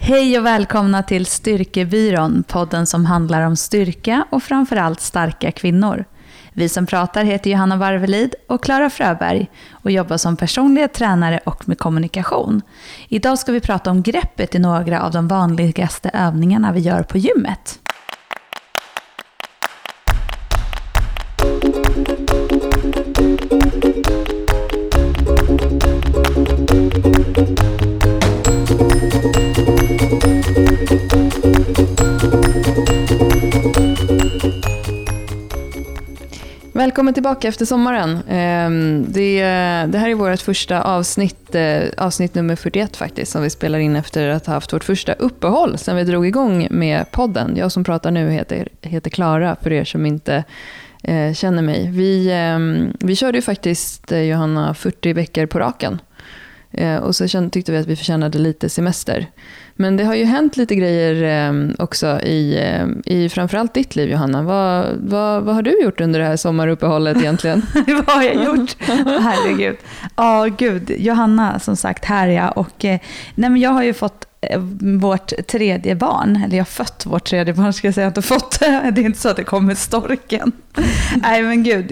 Hej och välkomna till Styrkebyrån, podden som handlar om styrka och framförallt starka kvinnor. Vi som pratar heter Johanna Varvelid och Klara Fröberg och jobbar som personliga tränare och med kommunikation. Idag ska vi prata om greppet i några av de vanligaste övningarna vi gör på gymmet. Välkommen tillbaka efter sommaren. Det här är vårt första avsnitt nummer 41 faktiskt, som vi spelar in efter att ha haft vårt första uppehåll sedan vi drog igång med podden. Jag som pratar nu heter Klara, för er som inte känner mig. Vi körde ju faktiskt, Johanna, 40 veckor på raken. Och så tyckte vi att vi förtjänade lite semester. Men det har ju hänt lite grejer också i framförallt ditt liv, Johanna. Vad har du gjort under det här sommaruppehållet egentligen? Vad har jag gjort? Herregud. Gud. Johanna, som sagt, här ja. Och, men jag har ju fått vårt tredje barn. Eller jag har fött vårt tredje barn, ska jag säga. Jag har inte fått det. Det är inte så att det kommer storken. Nej, men gud.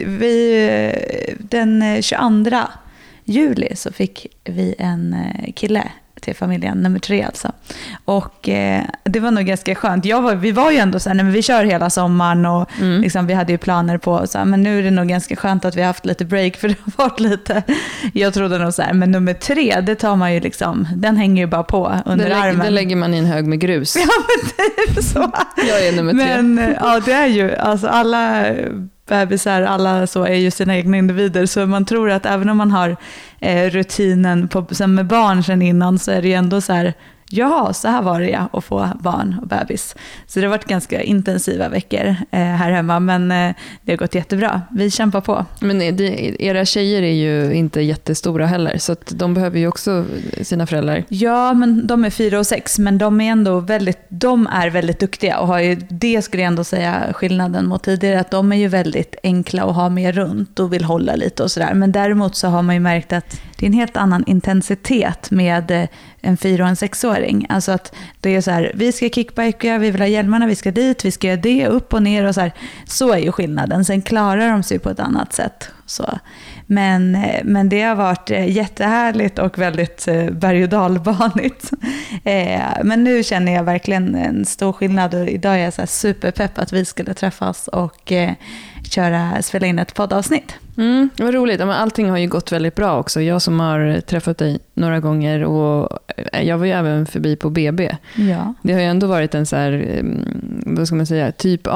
Den 22 juli så fick vi en kille till familjen, nummer 3 alltså. Och det var nog ganska skönt. Vi var ju ändå så här, vi kör hela sommaren och liksom, vi hade ju planer på så här, men nu är det nog ganska skönt att vi har haft lite break, för det har varit lite, jag trodde nog så här, men nummer 3, det tar man ju liksom, den hänger ju bara på under armen. Det lägger man i en hög med grus. Ja, men det är så. Jag är nummer 3. Men ja, det är ju, alltså alla bebisar, alla så är ju sina egna individer, så man tror att även om man har rutinen som med barn sedan innan, så är det ju ändå så här, ja, så här var det att få barn och bebis. Så det har varit ganska intensiva veckor här hemma, men det har gått jättebra. Vi kämpar på. Men era tjejer är ju inte jättestora heller, så att de behöver ju också sina föräldrar. Ja, men de är 4 och 6, men de är ändå väldigt duktiga och har ju, det skulle jag ändå säga skillnaden mot tidigare, att de är ju väldigt enkla och har mer runt och vill hålla lite och sådär. Men däremot så har man ju märkt att det är en helt annan intensitet med en 4 och en 6-åring. Alltså att det är så här, vi ska kickbikea, vi vill ha hjälmarna, vi ska dit, vi ska göra det, upp och ner och så här. Så är ju skillnaden. Sen klarar de sig på ett annat sätt. Så. Men det har varit jättehärligt och väldigt berg- och dalbanigt. Men nu känner jag verkligen en stor skillnad, och idag är jag så här superpepp att vi skulle träffas och spela in ett poddavsnitt. Det var roligt. Allting har ju gått väldigt bra också. Jag som har träffat dig några gånger, och jag var ju även förbi på BB. Ja. Det har ju ändå varit en så här, vad ska man säga, typ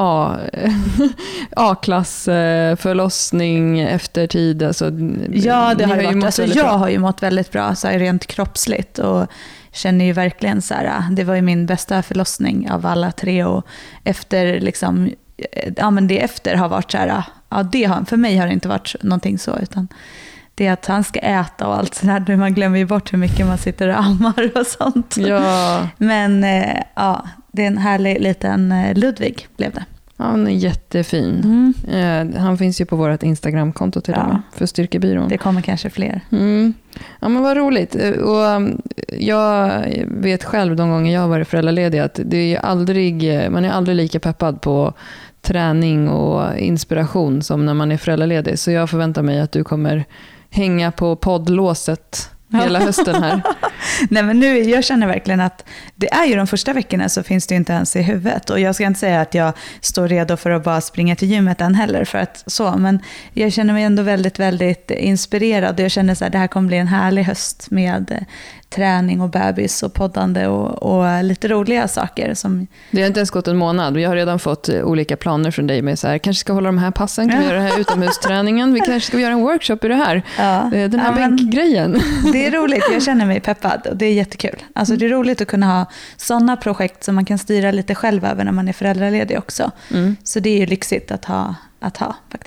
A-klass förlossning efter tid. Alltså, ja, det har det varit. Alltså, jag har ju mått väldigt bra så här, rent kroppsligt, och känner ju verkligen så här, det var ju min bästa förlossning av alla 3, och efter liksom, ja, men det efter har varit så här, ja, för mig har det inte varit någonting så, utan det är att han ska äta och allt sådär. Man glömmer ju bort hur mycket man sitter och ammar och sånt. Ja. Men ja, det är en härlig liten Ludvig blev det. Ja, han är jättefin. Han finns ju på vårt Instagram-konto till och med, för Styrkebyrån. Det kommer kanske fler. Ja, men vad roligt. Och jag vet själv de gånger jag har varit föräldraledig att man är aldrig lika peppad på träning och inspiration som när man är föräldraledig. Så jag förväntar mig att du kommer hänga på poddlåset hela hösten här. Nej, men jag känner verkligen att det är ju de första veckorna så finns det ju inte ens i huvudet. Och jag ska inte säga att jag står redo för att bara springa till gymmet än heller, för att så, men jag känner mig ändå väldigt, väldigt inspirerad. Och jag känner så här, det här kommer bli en härlig höst med träning och bebis och poddande och lite roliga saker. Det har inte ens gått en månad. Vi har redan fått olika planer från dig med så här, kanske ska hålla de här passen, kan vi göra det här utomhusträningen, vi kanske ska göra en workshop i det här. Ja. Den här bänkgrejen. Det är roligt, jag känner mig peppad och det är jättekul. Alltså det är roligt att kunna ha sådana projekt som man kan styra lite själv över när man är föräldraledig också. Så det är ju lyxigt att ha faktiskt.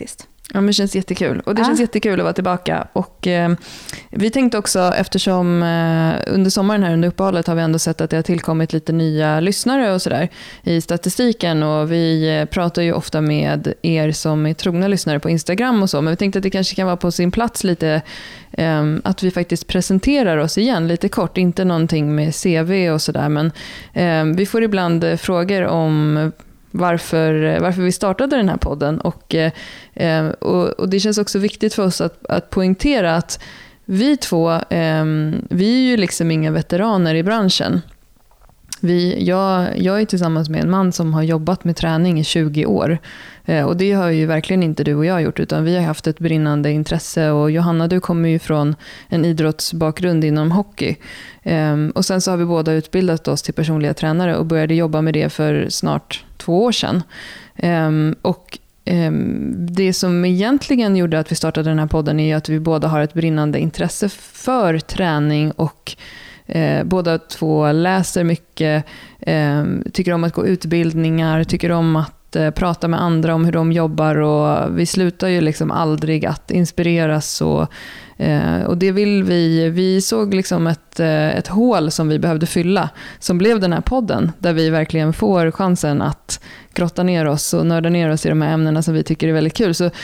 Ja, men det känns jättekul. Och det känns jättekul att vara tillbaka. Och vi tänkte också, eftersom under sommaren här under uppehållet har vi ändå sett att det har tillkommit lite nya lyssnare och sådär i statistiken. Och vi pratar ju ofta med er som är trogna lyssnare på Instagram och så. Men vi tänkte att det kanske kan vara på sin plats lite att vi faktiskt presenterar oss igen lite kort. Inte någonting med CV och sådär. Men vi får ibland frågor om varför vi startade den här podden. Och det känns också viktigt för oss att poängtera att vi två, vi är ju liksom inga veteraner i branschen. Jag är tillsammans med en man som har jobbat med träning i 20 år. Och det har ju verkligen inte du och jag gjort, utan vi har haft ett brinnande intresse. Och Johanna, du kommer ju från en idrottsbakgrund inom hockey. Och sen så har vi båda utbildat oss till personliga tränare och började jobba med det för snart 2 år sedan. Och det som egentligen gjorde att vi startade den här podden är att vi båda har ett brinnande intresse för träning och båda två läser mycket, tycker om att gå utbildningar, tycker om att prata med andra om hur de jobbar, och vi slutar ju liksom aldrig att inspireras, och det vill vi såg liksom ett hål som vi behövde fylla, som blev den här podden där vi verkligen får chansen att grotta ner oss och nörda ner oss i de här ämnena som vi tycker är väldigt kul. Så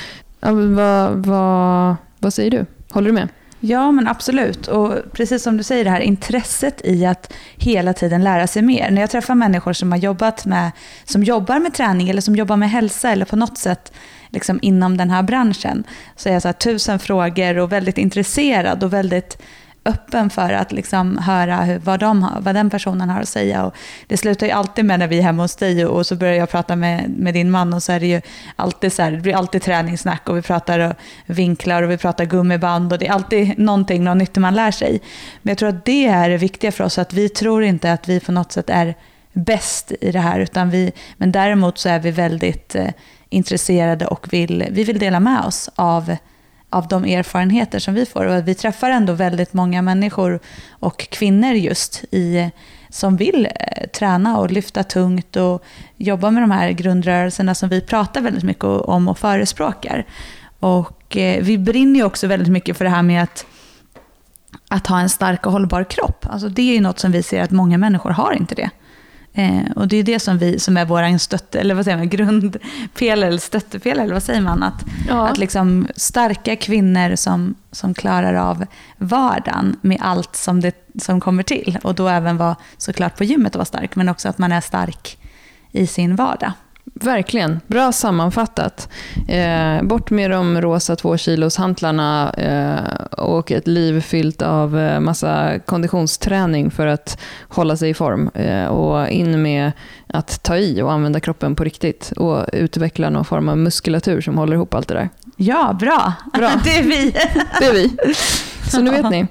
vad säger du? Håller du med? Ja, men absolut. Och precis som du säger, det här intresset i att hela tiden lära sig mer. När jag träffar människor som jobbar med träning eller som jobbar med hälsa eller på något sätt liksom inom den här branschen, så är jag så här 1000 frågor och väldigt intresserad och väldigt öppen för att liksom höra vad den personen har att säga. Och det slutar ju alltid med när vi är hemma hos dig och så börjar jag prata med din man, och så är det ju alltid så här, det blir alltid träningssnack och vi pratar vinklar och vi pratar gummiband och det är alltid något nytt man lär sig. Men jag tror att det är det viktiga för oss, att vi tror inte att vi på något sätt är bäst i det här, men däremot så är vi väldigt intresserade och vi vill dela med oss av de erfarenheter som vi får. Och vi träffar ändå väldigt många människor och kvinnor just som vill träna och lyfta tungt och jobba med de här grundrörelserna som vi pratar väldigt mycket om och förespråkar. Och vi brinner ju också väldigt mycket för det här med att ha en stark och hållbar kropp. Alltså det är ju något som vi ser att många människor har inte det. Och det är det som är vår grundpelare eller stöttepelare, eller vad säger man, att liksom starka kvinnor som klarar av vardagen med allt som kommer till, och då även vara såklart på gymmet och vara stark, men också att man är stark i sin vardag. Verkligen, bra sammanfattat. Bort med de rosa 2 kilos hantlarna och ett liv fyllt av massa konditionsträning för att hålla sig i form, och in med att ta i och använda kroppen på riktigt och utveckla någon form av muskulatur som håller ihop allt det där. Ja, bra. Det är vi. Det är vi. Så nu vet ni.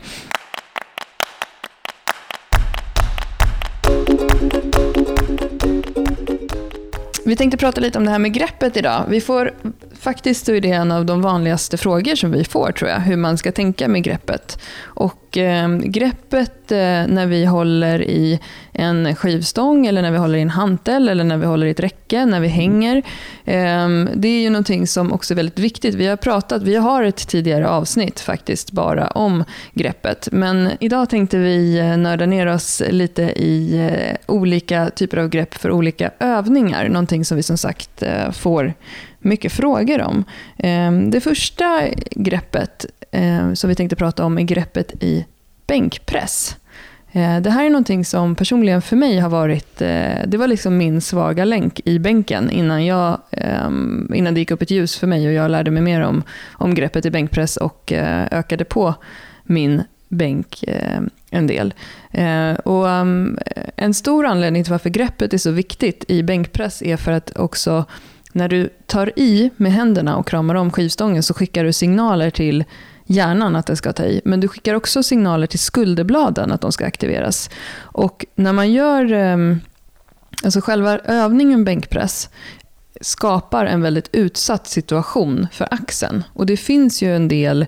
Vi tänkte prata lite om det här med greppet idag. Vi får faktiskt, så är det en av de vanligaste frågor som vi får, tror jag, hur man ska tänka med greppet. Och greppet när vi håller i en skivstång eller när vi håller i en hantel eller när vi håller i ett räcke, när vi hänger, det är ju någonting som också är väldigt viktigt. Vi har ett tidigare avsnitt faktiskt bara om greppet, men idag tänkte vi nörda ner oss lite i olika typer av grepp för olika övningar, någonting som vi som sagt får mycket frågor om. Det första greppet som vi tänkte prata om är greppet i bänkpress. Det här är någonting som personligen för mig har varit, det var liksom min svaga länk i bänken innan det gick upp ett ljus för mig och jag lärde mig mer om greppet i bänkpress och ökade på min bänk en del. Och en stor anledning till varför greppet är så viktigt i bänkpress är för att också när du tar i med händerna och kramar om skivstången så skickar du signaler till hjärnan att den ska ta i. Men du skickar också signaler till skulderbladen att de ska aktiveras. Och när man gör alltså själva övningen bänkpress, skapar en väldigt utsatt situation för axeln. Och det finns ju en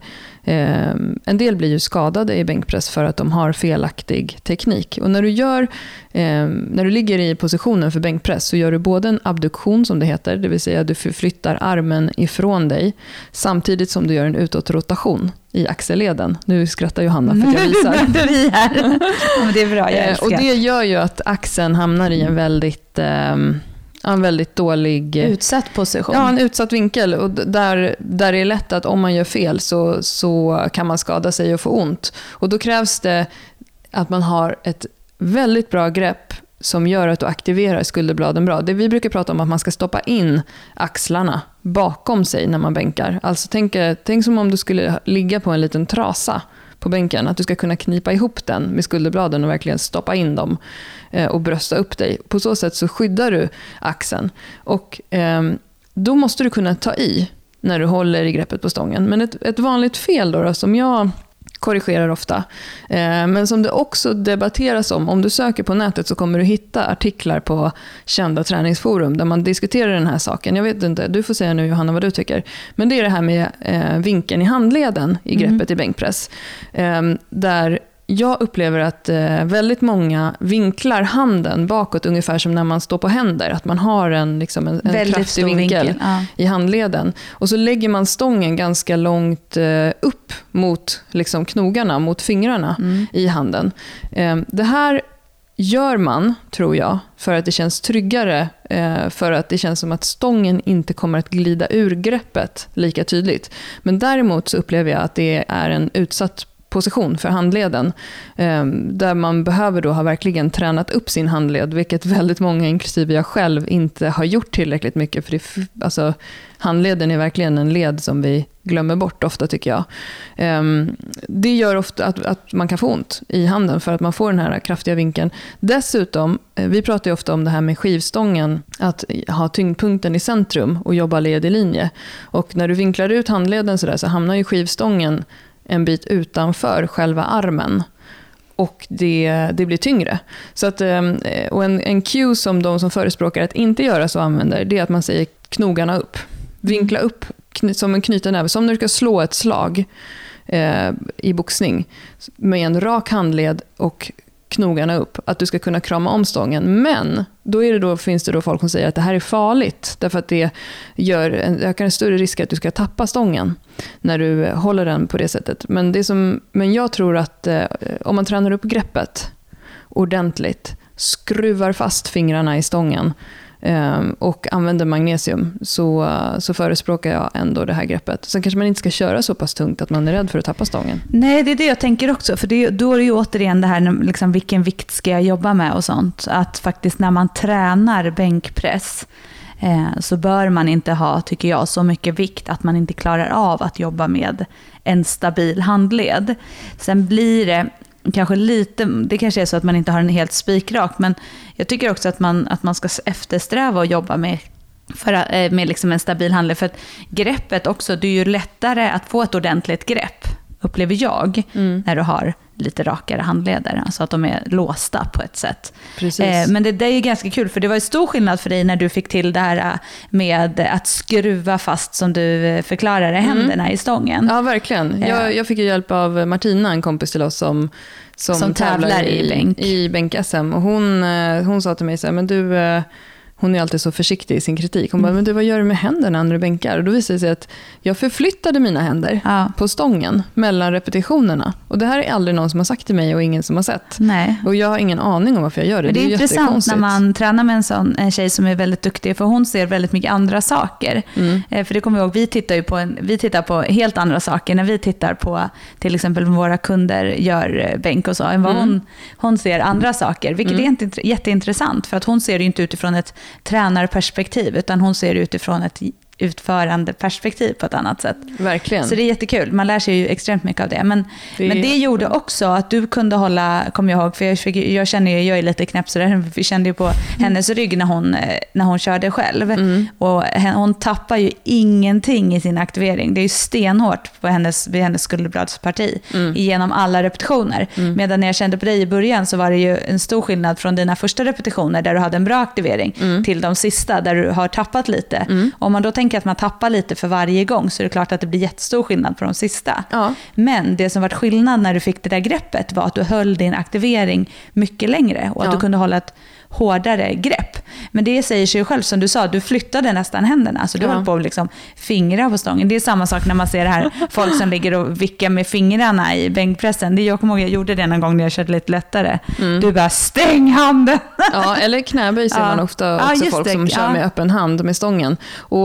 del blir ju skadade i bänkpress för att de har felaktig teknik. Och när du ligger i positionen för bänkpress så gör du både en abduktion som det heter, det vill säga du förflyttar armen ifrån dig samtidigt som du gör en utåtrotation i axelleden. Nu skrattar Johanna för att jag visar. Nu vi här. Men det är bra, jag älskar. Och det gör ju att axeln hamnar i en väldigt dålig... Utsatt position. Ja, en utsatt vinkel. Och där det är lätt att om man gör fel så kan man skada sig och få ont. Och då krävs det att man har ett väldigt bra grepp som gör att du aktiverar skulderbladen bra. Det vi brukar prata om att man ska stoppa in axlarna bakom sig när man bänkar. Alltså tänk som om du skulle ligga på en liten trasa på bänken. Att du ska kunna knipa ihop den med skulderbladen och verkligen stoppa in dem och brösta upp dig. På så sätt så skyddar du axeln. Och då måste du kunna ta i när du håller i greppet på stången. Men ett vanligt fel då som jag korrigerar ofta, men som det också debatteras om du söker på nätet så kommer du hitta artiklar på kända träningsforum där man diskuterar den här saken. Jag vet inte, du får säga nu Johanna vad du tycker. Men det är det här med vinkeln i handleden i greppet i bänkpress. Där jag upplever att väldigt många vinklar handen bakåt ungefär som när man står på händer. Att man har en kraftig vinkel i handleden. Och så lägger man stången ganska långt upp mot knogarna, mot fingrarna i handen. Det här gör man, tror jag, för att det känns tryggare. För att det känns som att stången inte kommer att glida ur greppet lika tydligt. Men däremot så upplever jag att det är en utsatt position för handleden där man behöver då ha verkligen tränat upp sin handled, vilket väldigt många, inklusive jag själv, inte har gjort tillräckligt mycket, för handleden är verkligen en led som vi glömmer bort ofta, tycker jag. Det gör ofta att man kan få ont i handen för att man får den här kraftiga vinkeln. Dessutom, vi pratar ju ofta om det här med skivstången, att ha tyngdpunkten i centrum och jobba led i linje. Och när du vinklar ut handleden så hamnar ju skivstången en bit utanför själva armen och det blir tyngre. Så att, och en cue som de som förespråkar att inte göra så använder, det är att man säger knogarna upp. Vinkla upp som en knyta näve, som när du ska slå ett slag i boxning med en rak handled och knogarna upp, att du ska kunna krama om stången. Men finns det folk som säger att det här är farligt, därför att det ökar en större risk att du ska tappa stången när du håller den på det sättet. Men jag tror att om man tränar upp greppet ordentligt, skruvar fast fingrarna i stången och använder magnesium, så förespråkar jag ändå det här greppet. Sen kanske man inte ska köra så pass tungt att man är rädd för att tappa stången. Nej, det är det jag tänker också. För då är det ju återigen det här, vilken vikt ska jag jobba med och sånt. Att faktiskt när man tränar bänkpress så bör man inte ha, tycker jag, så mycket vikt att man inte klarar av att jobba med en stabil handled. Sen blir det kanske det kanske är så att man inte har en helt spikrak, men jag tycker också att man ska eftersträva att jobba med en stabil handled, för att greppet också, det är ju lättare att få ett ordentligt grepp, upplever jag, när du har lite rakare handleder, alltså att de är låsta på ett sätt. Men det är ju ganska kul, för det var ju stor skillnad för dig när du fick till det här med att skruva fast, som du förklarade, händerna i stången. Ja, verkligen. Jag fick ju hjälp av Martina, en kompis till oss som tävlar i bänk-SM, och hon sa till mig så här, men du... Hon är alltid så försiktig i sin kritik. Hon bara, men du, vad gör du med händerna när du bänkar? Och då visade det sig att jag förflyttade mina händer på stången mellan repetitionerna. Och det här är aldrig någon som har sagt till mig och ingen som har sett. Nej. Och jag har ingen aning om varför jag gör det. Men det är intressant när man tränar med en tjej som är väldigt duktig, för hon ser väldigt mycket andra saker. För det kommer jag ihåg, vi tittar på helt andra saker när vi tittar på till exempel våra kunder gör bänk och så, än vad hon ser andra saker. Vilket är jätteintressant, för att hon ser det inte utifrån ett tränarperspektiv, utan hon ser det utifrån ett utförande perspektiv på ett annat sätt. Verkligen. Så det är jättekul. Man lär sig ju extremt mycket av det. Men det gjorde också att du kunde hålla, kommer jag ihåg, för jag känner ju, jag är lite knäpp så där, vi kände ju på hennes rygg när hon körde själv. Och hon tappar ju ingenting i sin aktivering. Det är ju stenhårt vid hennes skulderbladsparti genom alla repetitioner. Medan när jag kände på dig i början så var det ju en stor skillnad från dina första repetitioner där du hade en bra aktivering till de sista där du har tappat lite. Om man då tänker att man tappar lite för varje gång så är det klart att det blir jättestor skillnad på de sista. Ja. Men det som var skillnad när du fick det där greppet var att du höll din aktivering mycket längre och att du kunde hålla ett hårdare grepp. Men det säger sig ju själv, som du sa, du flyttade nästan händerna. Alltså du höll på att liksom fingra på stången. Det är samma sak när man ser det här, folk som ligger och vickar med fingrarna i bänkpressen. Jag kommer ihåg, jag gjorde det en gång när jag körde lite lättare. Du bara, stäng handen! Ja, eller knäböj ser man ofta också folk som kör med öppen hand med stången. Och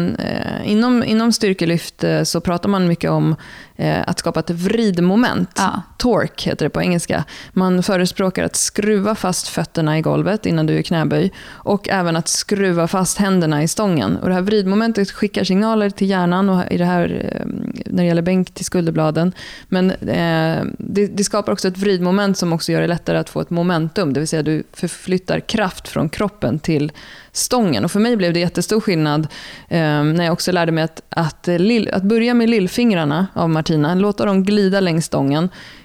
inom styrkelyft så pratar man mycket om att skapa ett vridmoment. Torque heter det på engelska. Man förespråkar att skruva fast fötterna i golvet innan du är knäböj och även att skruva fast händerna i stången. Och det här vridmomentet skickar signaler till hjärnan och i det här, när det gäller bänk till skulderbladen. Men det skapar också ett vridmoment som också gör det lättare att få ett momentum. Det vill säga du förflyttar kraft från kroppen till stången. Och för mig blev det jättestor skillnad när jag också lärde mig att börja med lillfingrarna av Martina, låta dem glida längs stången,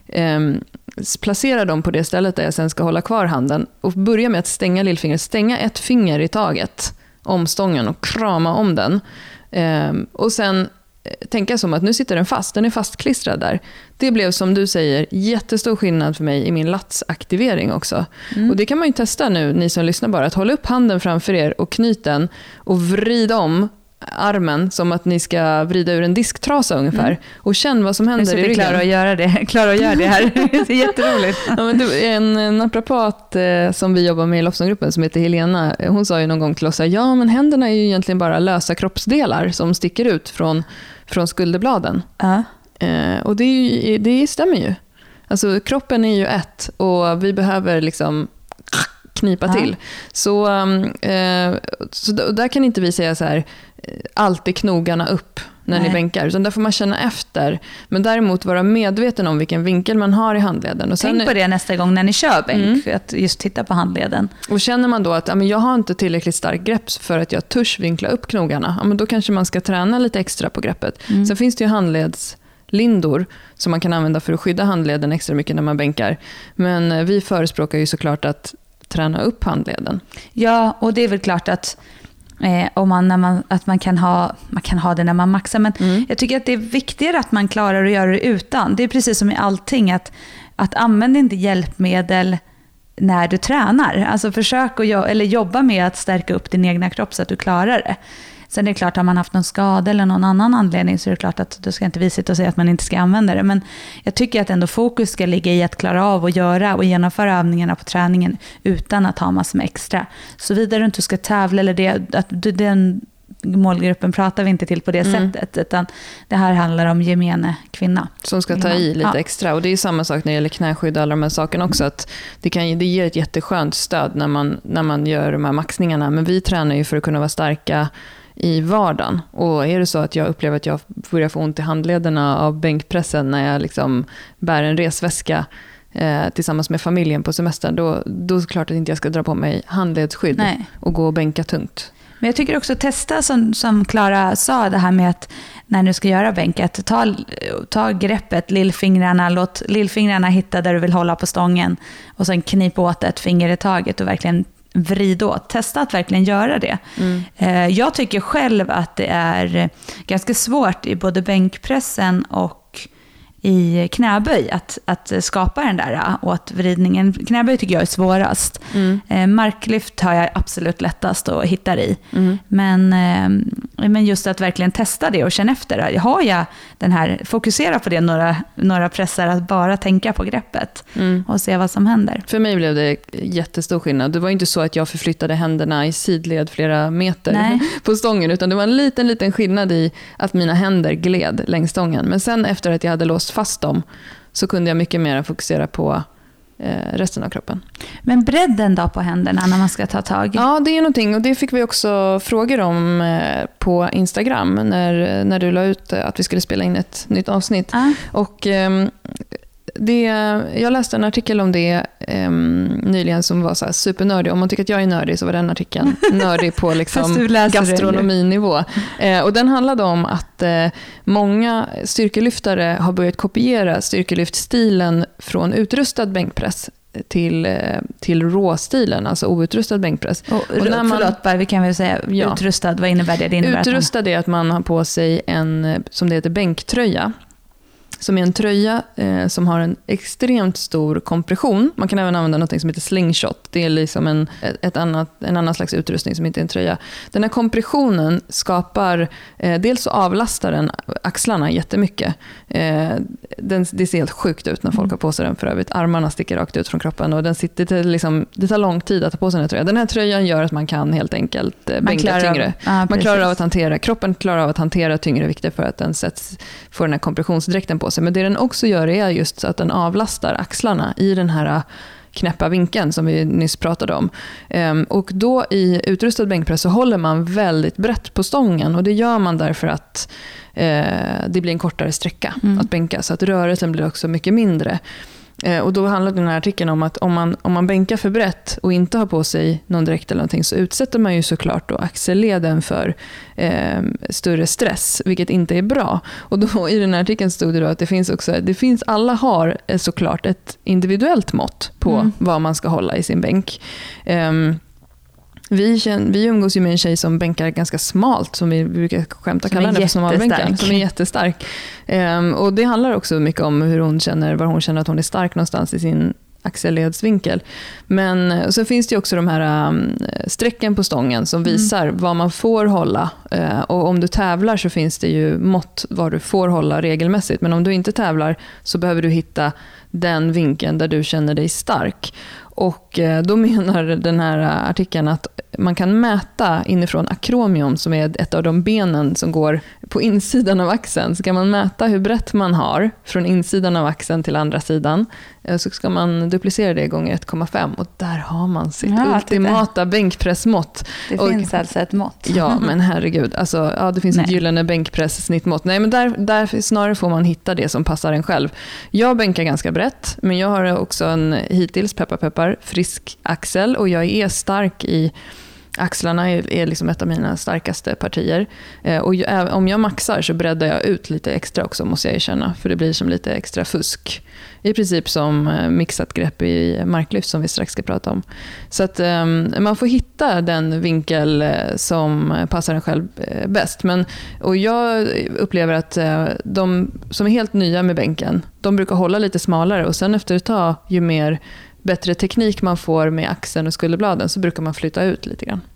placera dem på det stället där jag sen ska hålla kvar handen och börja med att stänga lillfingret, stänga ett finger i taget om stången och krama om den. Och sen tänka som att nu sitter den fast, den är fastklistrad där. Det blev, som du säger, jättestor skillnad för mig i min latsaktivering också. Och det kan man ju testa nu, ni som lyssnar bara, att hålla upp handen framför er och knyt den och vrida om armen som att ni ska vrida ur en disktrasa ungefär. Och känn vad som händer i ryggen. Klara att göra det här. Det är jätteroligt. Ja, men en naprapat som vi jobbar med i Lofsongruppen som heter Helena, hon sa ju någon gång till oss, ja men händerna är ju egentligen bara lösa kroppsdelar som sticker ut från skulderbladen. Och det stämmer ju. Alltså kroppen är ju ett och vi behöver liksom knipa till. Så där kan inte vi säga så här, alltid knogarna upp när ni bänkar, utan där får man känna efter. Men däremot vara medveten om vilken vinkel man har i handleden. Och tänk på det nästa gång när ni kör bänk, för att just titta på handleden. Och känner man då att jag har inte tillräckligt starkt grepp för att jag törs vinkla upp knogarna, men då kanske man ska träna lite extra på greppet. Sen finns det ju handledslindor som man kan använda för att skydda handleden extra mycket när man bänkar. Men vi förespråkar ju såklart att träna upp handleden. Ja, och det är väl klart att att man kan ha det när man maxar. Men jag tycker att det är viktigare att man klarar att göra det utan. Det är precis som i allting, att använda inte hjälpmedel när du tränar. Alltså försök att jobba med att stärka upp din egna kropp så att du klarar det. Sen är det klart, har man haft någon skada eller någon annan anledning så är det klart att då ska inte vi sitta och säga att man inte ska använda det. Men jag tycker att ändå fokus ska ligga i att klara av att göra och genomföra övningarna på träningen utan att ha massor med extra. Så vidare du inte ska tävla eller den målgruppen pratar vi inte till på det sättet, utan det här handlar om gemene kvinna. Som ska ta i lite extra. Och det är samma sak när det gäller knäskydd och alla de här sakerna också, att det ger ett jätteskönt stöd när man gör de här maxningarna. Men vi tränar ju för att kunna vara starka i vardagen. Och är det så att jag upplever att jag börjar få ont i handlederna av bänkpressen när jag liksom bär en resväska tillsammans med familjen på semestern, då är det klart att inte jag ska dra på mig handledsskydd och gå och bänka tungt. Men jag tycker också att testa som Klara sa, det här med att när du ska göra bänket, ta greppet, låt lillfingrarna hitta där du vill hålla på stången och sen knip åt ett finger i taget och verkligen vrid åt. Testa att verkligen göra det. Jag tycker själv att det är ganska svårt i både bänkpressen och i knäböj att skapa den där åtvridningen. Knäböj tycker jag är svårast. Marklyft har jag absolut lättast att hitta i. Men just att verkligen testa det och känna efter. Har jag den här, fokusera på det några pressar, att bara tänka på greppet och se vad som händer. För mig blev det jättestor skillnad. Det var inte så att jag förflyttade händerna i sidled flera meter på stången, utan det var en liten skillnad i att mina händer gled längs stången. Men sen efter att jag hade låst fast dem så kunde jag mycket mer fokusera på resten av kroppen. Men bredden då på händerna när man ska ta tag? Ja, det är någonting, och det fick vi också frågor om på Instagram när du la ut att vi skulle spela in ett nytt avsnitt. Och jag läste en artikel om det nyligen som var så här supernördig. Om man tycker att jag är nördig så var den artikeln nördig på liksom gastronominivå. Och den handlade om att många styrkelyftare har börjat kopiera styrkelyftstilen från utrustad bänkpress till råstilen, alltså outrustad bänkpress. Och när man, förlåt, vi kan väl säga utrustad, vad innebär det? Det innebär utrustad är att man har på sig en, som det heter, bänktröja. Som är en tröja som har en extremt stor kompression. Man kan även använda något som heter slingshot. Det är liksom en annan slags utrustning som inte är en tröja. Den här kompressionen skapar, dels så avlastar den axlarna jättemycket. Det ser helt sjukt ut när folk har på sig den för övrigt. Armarna sticker rakt ut från kroppen och det tar lång tid att ta på sig den här tröjan. Den här tröjan gör att man kan helt enkelt bänka tyngre. Man klarar av att hantera, kroppen klarar av att hantera tyngre vikter för att den får den här kompressionsdräkten på sig. Men det den också gör är just att den avlastar axlarna i den här knäppa vinkeln som vi nyss pratade om. Och då i utrustad bänkpress så håller man väldigt brett på stången, och det gör man därför att det blir en kortare sträcka att bänka, så att rörelsen blir också mycket mindre. Och då handlar den här artikeln om att om man bänkar för brett och inte har på sig någon dräkt eller någonting, så utsätter man ju såklart då axelleden för större stress, vilket inte är bra. Och då i den här artikeln stod det då att alla har såklart ett individuellt mått på vad man ska hålla i sin bänk. Vi umgås ju med en tjej som bänkar ganska smalt, som vi brukar skämta kalla henne för smalbänken, som är jättestark. Och det handlar också mycket om var hon känner att hon är stark någonstans i sin axelledsvinkel. Men så finns det ju också de här strecken på stången som visar vad man får hålla. Och om du tävlar så finns det ju mått vad du får hålla regelmässigt. Men om du inte tävlar så behöver du hitta den vinkeln där du känner dig stark. Och då menar den här artikeln att man kan mäta inifrån akromion, som är ett av de benen som går på insidan av axeln. Så kan man mäta hur brett man har från insidan av axeln till andra sidan. Så ska man duplicera det gånger 1,5. Och där har man sitt ultimata bänkpressmått. Det finns alltså ett mått. Ja, men herregud. Alltså, det finns ett gyllene bänkpress-snittmått. Nej, men där snarare får man hitta det som passar en själv. Jag bänkar ganska brett, men jag har också en hittills, peppar, frisk axel. Och jag är stark i axlarna, är liksom ett av mina starkaste partier. Och om jag maxar så breddar jag ut lite extra också, måste jag erkänna. För det blir som lite extra fusk. I princip som mixat grepp i marklyft som vi strax ska prata om. Så att man får hitta den vinkel som passar en själv bäst. Och jag upplever att de som är helt nya med bänken, de brukar hålla lite smalare. Och sen efter ett tag, ju bättre teknik man får med axeln och skulderbladen, så brukar man flytta ut lite grann.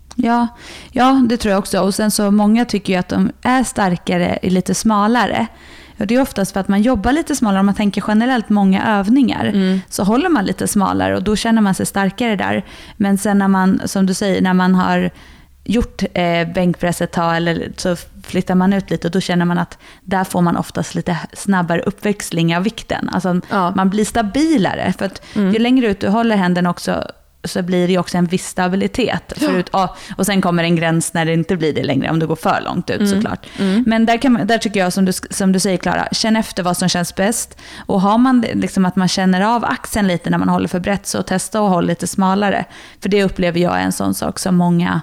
Ja, det tror jag också. Och sen så många tycker ju att de är starkare i lite smalare. Och det är oftast för att man jobbar lite smalare. Om man tänker generellt många övningar så håller man lite smalare och då känner man sig starkare där. Men sen när man, som du säger, när man har gjort bänkpress ett tag eller så flyttar man ut lite och då känner man att där får man oftast lite snabbare uppväxling av vikten. Alltså man blir stabilare för att ju längre ut du håller händerna också så blir det ju också en viss stabilitet. Och sen kommer en gräns när det inte blir det längre om det går för långt ut såklart. Men där tycker jag som du säger Klara, känn efter vad som känns bäst. Och har man liksom att man känner av axeln lite när man håller för brett, så testa att hålla lite smalare. För det upplever jag är en sån sak som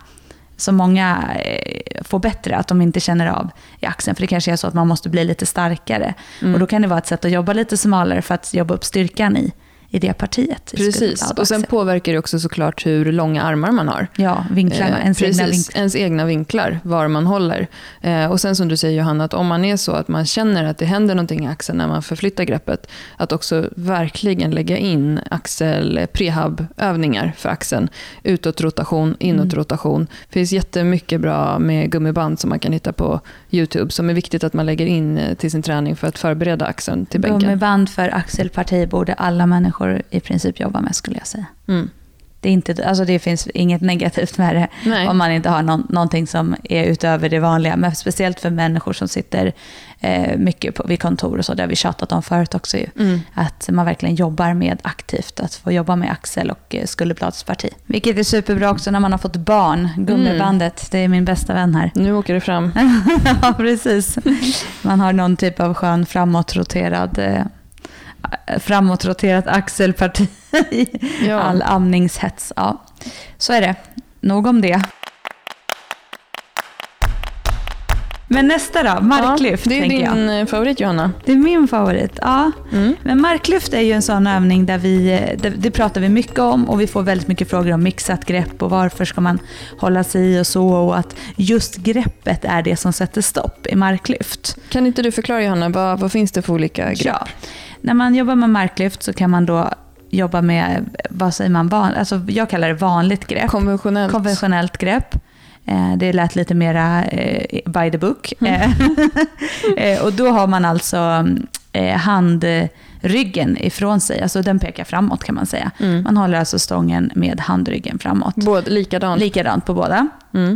många får bättre, att de inte känner av i axeln. För det kanske är så att man måste bli lite starkare. Och då kan det vara ett sätt att jobba lite smalare för att jobba upp styrkan i det partiet. Precis, och sen påverkar det också såklart hur långa armar man har. Ja, vinklarna, ens egna vinklar, var man håller. Och sen som du säger Johanna, att om man är så att man känner att det händer någonting i axeln när man förflyttar greppet, att också verkligen lägga in prehab-övningar för axeln. Utåtrotation, inåtrotation. Det finns jättemycket bra med gummiband som man kan hitta på YouTube, som är viktigt att man lägger in till sin träning för att förbereda axeln till bänken. Gummiband för axelparti borde alla människor i princip jobba med, skulle jag säga. det finns inget negativt med det. Nej. Om man inte har någonting som är utöver det vanliga. Men speciellt för människor som sitter mycket vid kontor och så, där vi tjatat om förut också ju. Att man verkligen jobbar med aktivt, att få jobba med axel- och skulderbladsparti. Vilket är superbra också när man har fått barn. Gummibandet, det är min bästa vän här. Nu åker det fram. Ja, precis. Man har någon typ av skön framåtroterat axelparti i all amningshets. Ja, så är det. Nog om det. Men nästa då, marklyft. Ja, det är din favorit, Johanna. Det är min favorit, ja. Men marklyft är ju en sån övning där det pratar vi mycket om, och vi får väldigt mycket frågor om mixat grepp och varför ska man hålla sig i och så, och att just greppet är det som sätter stopp i marklyft. Kan inte du förklara, Johanna, vad finns det för olika grepp? Ja. När man jobbar med marklyft så kan man då jobba med, vad säger man, alltså jag kallar det vanligt grepp. Konventionellt grepp. Det lät lite mera by the book. Och då har man alltså handryggen ifrån sig. Alltså den pekar framåt, kan man säga. Man håller alltså stången med handryggen framåt. Likadant på båda.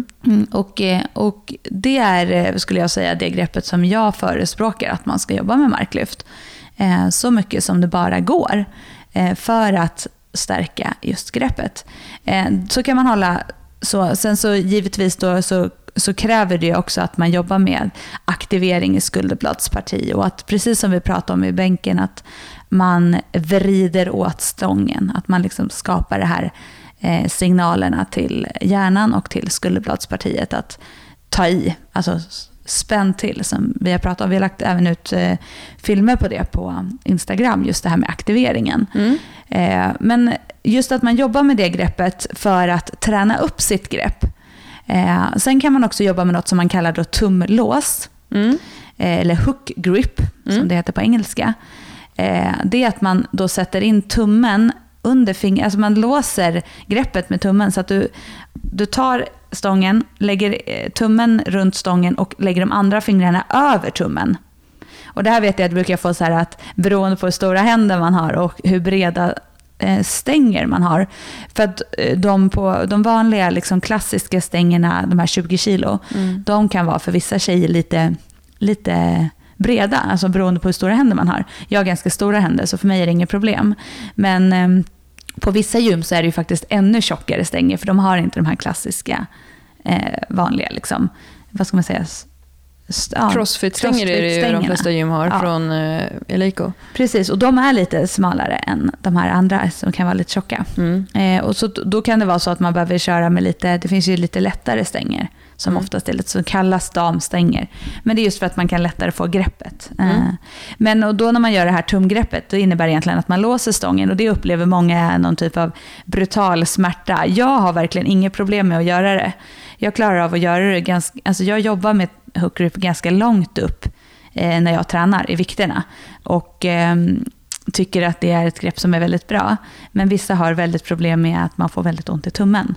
Och det är, skulle jag säga, det greppet som jag förespråkar att man ska jobba med marklyft. Så mycket som det bara går. För att stärka just greppet. Så kan man hålla så. Sen så givetvis då så kräver det också att man jobbar med aktivering i skulderbladsparti, och att, precis som vi pratade om i bänken, att man vrider åt stången, att man liksom skapar det här signalerna till hjärnan och till skulderbladspartiet att ta i, alltså spänn till, som vi har pratat om. Vi har lagt även ut filmer på det på Instagram, just det här med aktiveringen. Men just att man jobbar med det greppet för att träna upp sitt grepp. Sen kan man också jobba med något som man kallar då tumlås, eller hook grip, som det heter på engelska. Det är att man då sätter in tummen under fingret, alltså man låser greppet med tummen, så att du tar stången, lägger tummen runt stången och lägger de andra fingrarna över tummen. Och det här vet jag att brukar få så här, att beroende på hur stora händer man har och hur breda stänger man har. För att de vanliga liksom klassiska stängerna, de här 20 kilo, de kan vara för vissa tjejer lite breda, alltså beroende på hur stora händer man har. Jag har ganska stora händer, så för mig är det inget problem. Men på vissa gym så är det ju faktiskt ännu tjockare stänger, för de har inte de här klassiska vanliga, liksom, vad ska man säga, Crossfit-stänger är det ju de flesta gym har från Eleiko. Precis, och de är lite smalare än de här andra som kan vara lite tjocka. Och så, då kan det vara så att man behöver köra med det finns ju lite lättare stänger som oftast är lite så kallas damstänger. Men det är just för att man kan lättare få greppet. Men och då när man gör det här tumgreppet, då innebär det egentligen att man låser stången, och det upplever många någon typ av brutal smärta. Jag har verkligen inget problem med att göra det. Jag klarar av att göra det ganska, alltså jag jobbar med hook grip ganska långt upp när jag tränar i vikterna, och tycker att det är ett grepp som är väldigt bra. Men vissa har väldigt problem med att man får väldigt ont i tummen.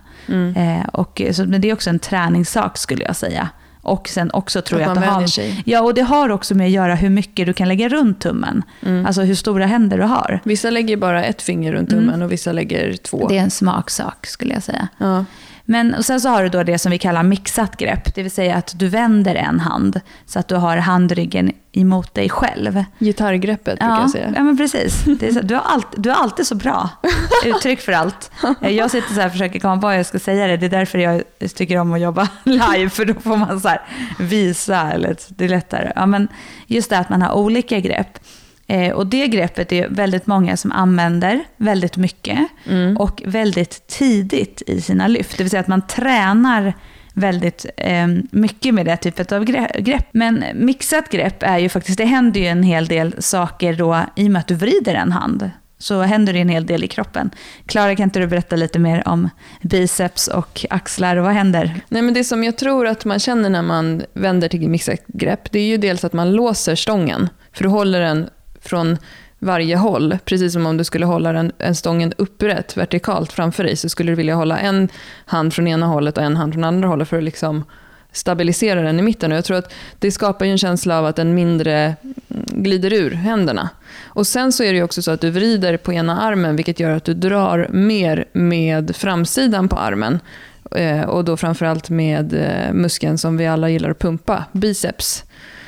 Men det är också en träningssak, skulle jag säga. Och sen också tror jag att det har, ja, och det har också med att göra hur mycket du kan lägga runt tummen. Alltså hur stora händer du har. Vissa lägger bara ett finger runt tummen och vissa lägger 2. Det är en smaksak, skulle jag säga. Ja. Men och sen så har du då det som vi kallar mixat grepp. Det vill säga att du vänder en hand så att du har handryggen emot dig själv. Gitarrgreppet brukar jag säga. Ja, men precis. Det är så, du har alltid så bra uttryck för allt. Jag sitter så här och försöker komma på vad jag ska säga det. Det är därför jag tycker om att jobba live. För då får man så här visa. Eller det är lättare. Ja, men just det att man har olika grepp. Och det greppet är väldigt många som använder väldigt mycket och väldigt tidigt i sina lyft. Det vill säga att man tränar väldigt mycket med det typet av grepp. Men mixat grepp är ju faktiskt, det händer ju en hel del saker då i och med att du vrider en hand. Så händer det en hel del i kroppen. Klara, kan inte du berätta lite mer om biceps och axlar och vad händer? Nej, men det som jag tror att man känner när man vänder till mixat grepp, det är ju dels att man låser stången. För du håller den från varje håll, precis som om du skulle hålla en stången upprätt vertikalt framför dig, så skulle du vilja hålla en hand från ena hållet och en hand från andra hållet för att liksom stabilisera den i mitten. Och jag tror att det skapar ju en känsla av att den mindre glider ur händerna. Och sen så är det ju också så att du vrider på ena armen, vilket gör att du drar mer med framsidan på armen. Och då framförallt med muskeln som vi alla gillar att pumpa, biceps,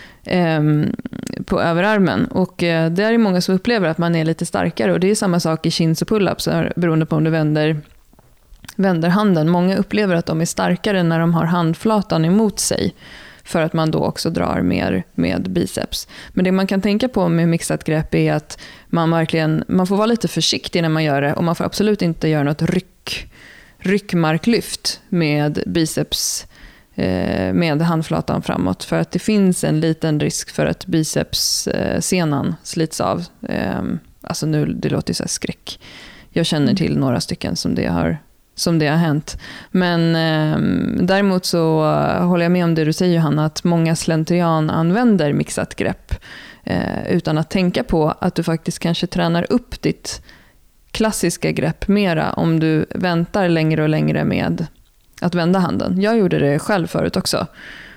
på överarmen. Och det är många som upplever att man är lite starkare. Och det är samma sak i chins och pull-ups, beroende på om du vänder handen. Många upplever att de är starkare när de har handflatan emot sig, för att man då också drar mer med biceps. Men det man kan tänka på med mixat grepp är att man får vara lite försiktig när man gör det, och man får absolut inte göra något ryckmarklyft med biceps med handflatan framåt, för att det finns en liten risk för att bicepssenan slits av. Alltså nu, det låter ju så här skräck. Jag känner till några stycken som det har hänt. Men däremot så håller jag med om det du säger, Johanna, att många slentrian använder mixat grepp utan att tänka på att du faktiskt kanske tränar upp ditt klassiska grepp mera om du väntar längre och längre med att vända handen. Jag gjorde det själv förut också.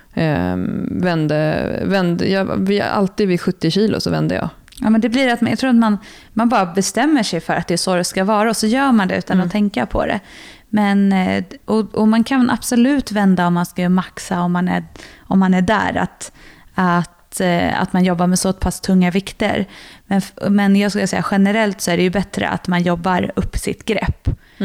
Alltid vid 70 kilo så vände jag. Ja, men det blir att jag tror att man bara bestämmer sig för att det är så det ska vara, och så gör man det utan att tänka på det. Men, och man kan absolut vända om man ska maxa, om man är där, att man jobbar med så pass tunga vikter. Men jag skulle säga generellt så är det ju bättre att man jobbar upp sitt grepp.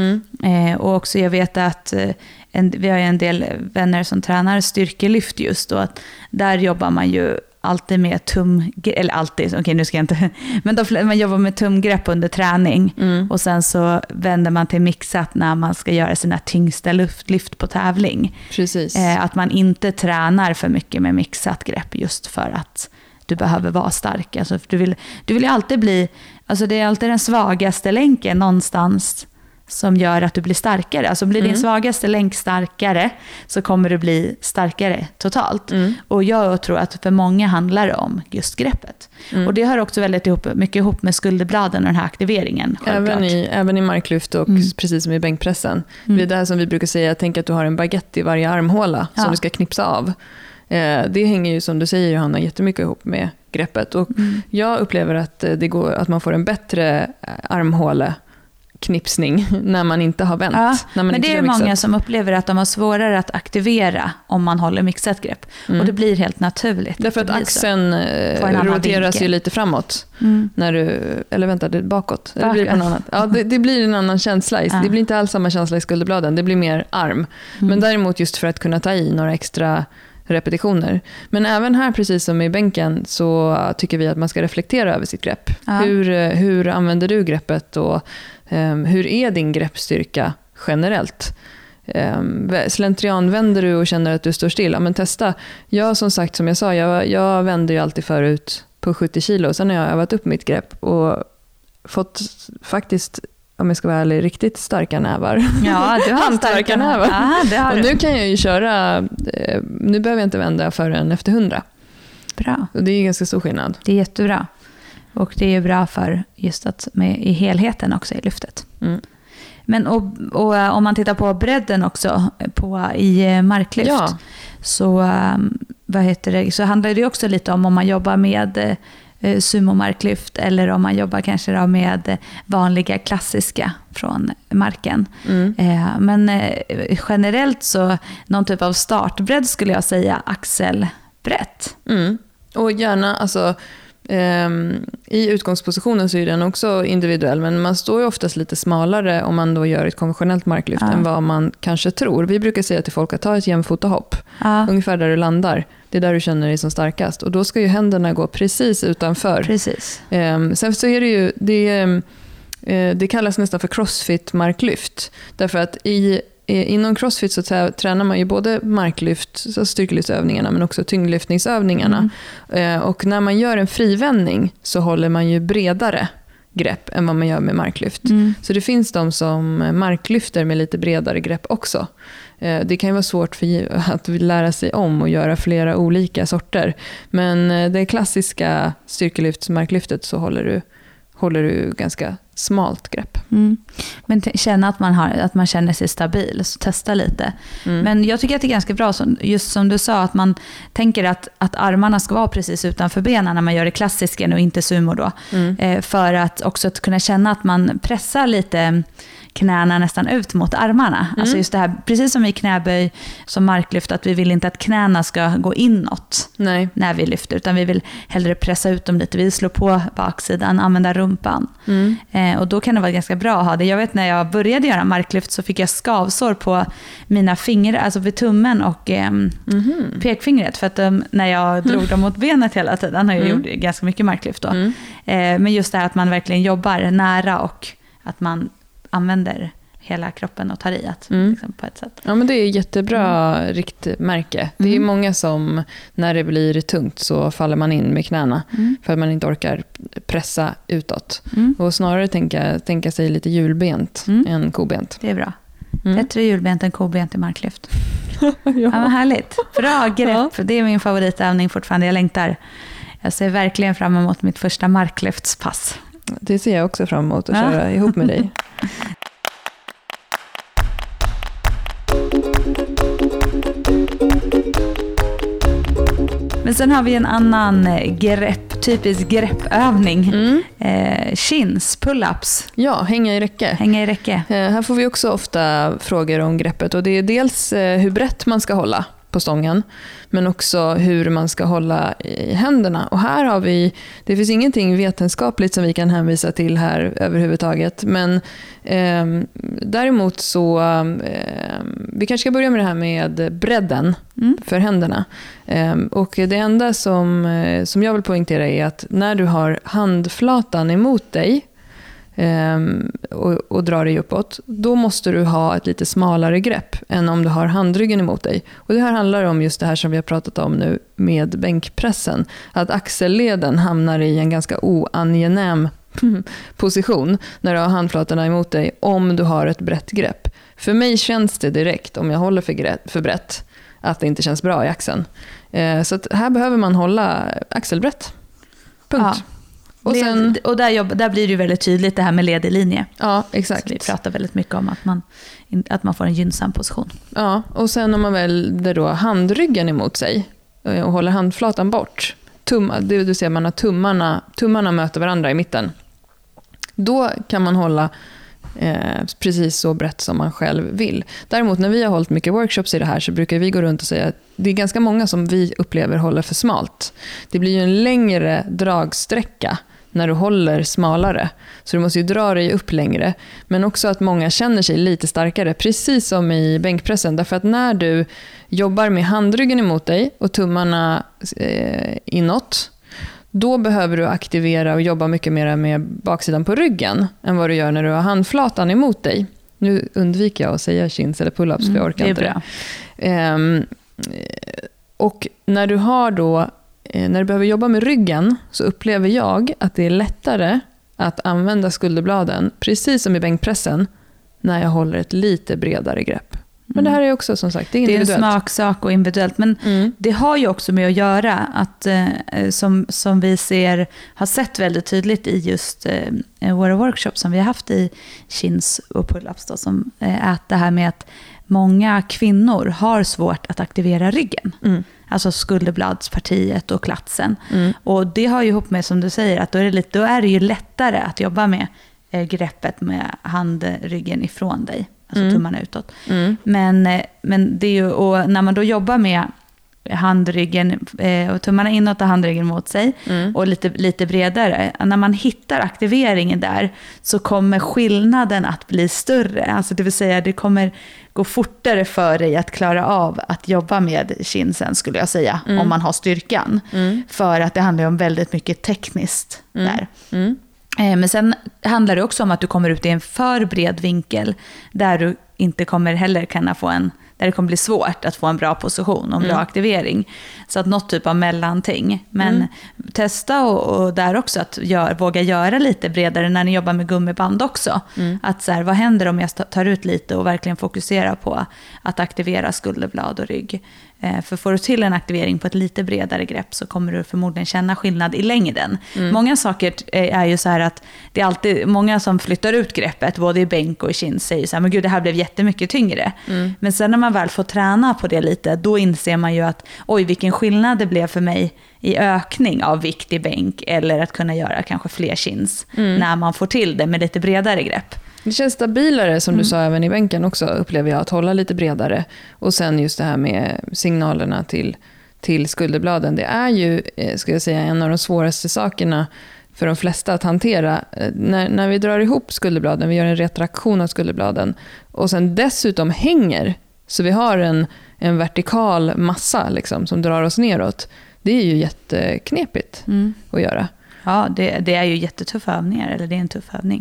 Och också jag vet att vi har en del vänner som tränar styrkelyft just, och att där jobbar man ju alltid med eller alltid, okej, nu ska jag inte, men man jobbar med tumgrepp under träning, och sen så vänder man till mixat när man ska göra sina tyngsta lyft på tävling. Precis. Att man inte tränar för mycket med mixat grepp, just för att du behöver vara stark. Alltså, du vill ju alltid bli, alltså det är alltid den svagaste länken någonstans som gör att du blir starkare. Alltså blir din svagaste länk starkare, så kommer du bli starkare totalt. Och jag tror att för många handlar det om just greppet. Och det hör också väldigt mycket ihop med skulderbladen och den här aktiveringen. Även i marklyft och precis som i bänkpressen. Det är det som vi brukar säga, tänk att du har en baguette i varje armhåla som du ska knipsa av. Det hänger ju, som du säger, Johanna, jättemycket ihop med greppet. Och jag upplever att det går, att man får en bättre armhåleknipsning när man inte har vänt. Ja, men det är många som upplever att de har svårare att aktivera om man håller mixat grepp. Och det blir helt naturligt. Därför att axeln roteras ju lite framåt. När du, eller vänta, det är bakåt. Det blir på något annat. Ja, det blir en annan känsla. Det blir inte alls samma känsla i skulderbladen. Det blir mer arm. Men däremot just för att kunna ta i några extra repetitioner. Men även här, precis som i bänken, så tycker vi att man ska reflektera över sitt grepp. Hur använder du greppet, och hur är din greppstyrka generellt? Slentrian vänder du och känner att du står still, men testa. Jag, som sagt, som jag sa, jag vänder ju alltid förut på 70 kilo. Sen har jag övat upp mitt grepp och fått faktiskt, om jag ska vara ärlig, riktigt starka nävar. Ja, du har starka nävar. Ja, och nu kan jag ju köra, nu behöver jag inte vända förrän efter 100. Bra. Och det är ganska stor skillnad. Det är jättebra. Och det är bra för just att i helheten också i lyftet. Men och om man tittar på bredden också i marklyft, så så handlar det också lite om man jobbar med sumomarklyft, eller om man jobbar kanske då med vanliga klassiska från marken. Men generellt så någon typ av startbredd skulle jag säga axelbrett. Och gärna, alltså i utgångspositionen så är den också individuell, men man står ju oftast lite smalare om man då gör ett konventionellt marklyft än vad man kanske tror. Vi brukar säga till folk att ta ett jämfotahopp, ungefär där du landar. Det är där du känner dig som starkast. Och då ska ju händerna gå precis utanför. Precis. Sen så är det ju, det kallas nästan för crossfit-marklyft. Därför att inom crossfit så tränar man ju både marklyft, så styrkelyftsövningarna, men också tyngdlyftningsövningarna. Och när man gör en frivändning så håller man ju bredare grepp än vad man gör med marklyft. Så det finns de som marklyfter med lite bredare grepp också. Det kan ju vara svårt att lära sig om och göra flera olika sorter. Men det klassiska styrkelyftsmarklyftet så håller du ganska smalt grepp. Men känna att man känner sig stabil, så testa lite. Men jag tycker att det är ganska bra, just som du sa, att man tänker att armarna ska vara precis utanför benen när man gör det klassiska och inte sumo då. För att också att kunna känna att man pressar lite knäna nästan ut mot armarna. Alltså just det här, precis som i knäböj som marklyft, att vi vill inte att knäna ska gå inåt när vi lyfter, utan vi vill hellre pressa ut dem lite. Vi slår på baksidan, använda rumpan. Och då kan det vara ganska bra att ha det. Jag vet när jag började göra marklyft så fick jag skavsår på mina fingrar, alltså vid tummen och pekfingret, för att när jag drog dem mot benet hela tiden, och jag gjorde ganska mycket marklyft då. Men just det här att man verkligen jobbar nära och att man använder hela kroppen och tar i liksom, på ett sätt. Ja, men det är jättebra riktmärke. Det är många som, när det blir tungt så faller man in med knäna för att man inte orkar pressa utåt. Och snarare tänka sig lite hjulbent än kobent. Det är bra. Bättre hjulbent än kobent i marklyft. Ja, men härligt. Bra grepp. Det är min favoritövning fortfarande. Jag längtar. Jag ser verkligen fram emot mitt första marklyftspass. Det ser jag också fram emot att köra ihop med dig. Men sen har vi en annan typisk greppövning. Chins, pull-ups. Ja, hänga i räcke. Här får vi också ofta frågor om greppet. Och det är dels hur brett man ska hålla på stången, men också hur man ska hålla i händerna. Och här har det finns ingenting vetenskapligt som vi kan hänvisa till här överhuvudtaget, men däremot så vi kanske ska börja med det här med bredden för händerna. Och det enda som jag vill poängtera är att när du har handflatan emot dig och drar dig uppåt, då måste du ha ett lite smalare grepp än om du har handryggen emot dig. Och det här handlar om just det här som vi har pratat om nu med bänkpressen, att axelleden hamnar i en ganska oangenäm position när du har handflatorna emot dig om du har ett brett grepp. För mig känns det direkt, om jag håller för brett, att det inte känns bra i axeln. Så att här behöver man hålla axelbrett. Punkt. Ja. Och där blir det ju väldigt tydligt det här med led i linje. Ja, exakt. Så vi pratar väldigt mycket om att man får en gynnsam position. Ja, och sen om man väljer då handryggen emot sig och håller handflatan bort, det vill säga man har tummarna möter varandra i mitten, då kan man hålla precis så brett som man själv vill. Däremot när vi har hållit mycket workshops i det här så brukar vi gå runt och säga att det är ganska många som vi upplever håller för smalt. Det blir ju en längre dragsträcka när du håller smalare. Så du måste ju dra dig upp längre. Men också att många känner sig lite starkare, precis som i bänkpressen. Därför att när du jobbar med handryggen emot dig och tummarna inåt, då behöver du aktivera och jobba mycket mer med baksidan på ryggen än vad du gör när du har handflatan emot dig. Nu undviker jag att säga chins eller pull-ups, för jag orkar inte det. Och när du har då, när du behöver jobba med ryggen, så upplever jag att det är lättare att använda skulderbladen, precis som i bänkpressen, när jag håller ett lite bredare grepp. Men det här är också, som sagt, det är individuellt. Det är en smaksak och individuellt. Men det har ju också med att göra att, som vi har sett väldigt tydligt i just våra workshops som vi har haft i chins och pull-ups då, som är det här med att många kvinnor har svårt att aktivera ryggen. Alltså skulderbladspartiet och klatsen. Och det har ju ihop med, som du säger, att då är det ju lättare att jobba med greppet med handryggen ifrån dig. Alltså tummarna utåt. Men det är ju, och när man då jobbar med handryggen och tummarna inåt och handryggen mot sig och lite bredare, när man hittar aktiveringen där, så kommer skillnaden att bli större. Alltså det vill säga, det kommer gå fortare för dig att klara av att jobba med chinsen, skulle jag säga, om man har styrkan. För att det handlar om väldigt mycket tekniskt där. Men sen handlar det också om att du kommer ut i en för bred vinkel där du inte kommer heller kunna få en där det kommer bli svårt att få en bra position och en bra aktivering. Så att något typ av mellanting. Men testa och där också att våga göra lite bredare när ni jobbar med gummiband också. Att så här, vad händer om jag tar ut lite och verkligen fokuserar på att aktivera skulderblad och rygg. För får du till en aktivering på ett lite bredare grepp så kommer du förmodligen känna skillnad i längden. Många saker är ju så här att det är alltid många som flyttar ut greppet både i bänk och i chins säger så här, men gud det här blev jättemycket tyngre. Men sen när man väl får träna på det lite, då inser man ju att oj vilken skillnad det blev för mig i ökning av vikt i bänk eller att kunna göra kanske fler chins när man får till det med lite bredare grepp. Det känns stabilare som du sa även i bänken också, upplever jag, att hålla lite bredare. Och sen just det här med signalerna till skulderbladen. Det är ju, ska jag säga, en av de svåraste sakerna för de flesta att hantera. När vi drar ihop skulderbladen, vi gör en retraktion av skulderbladen och sen dessutom hänger, så vi har en vertikal massa liksom, som drar oss neråt. Det är ju jätteknepigt att göra. Ja, det är ju jättetuffa övningar, eller det är en tuff övning.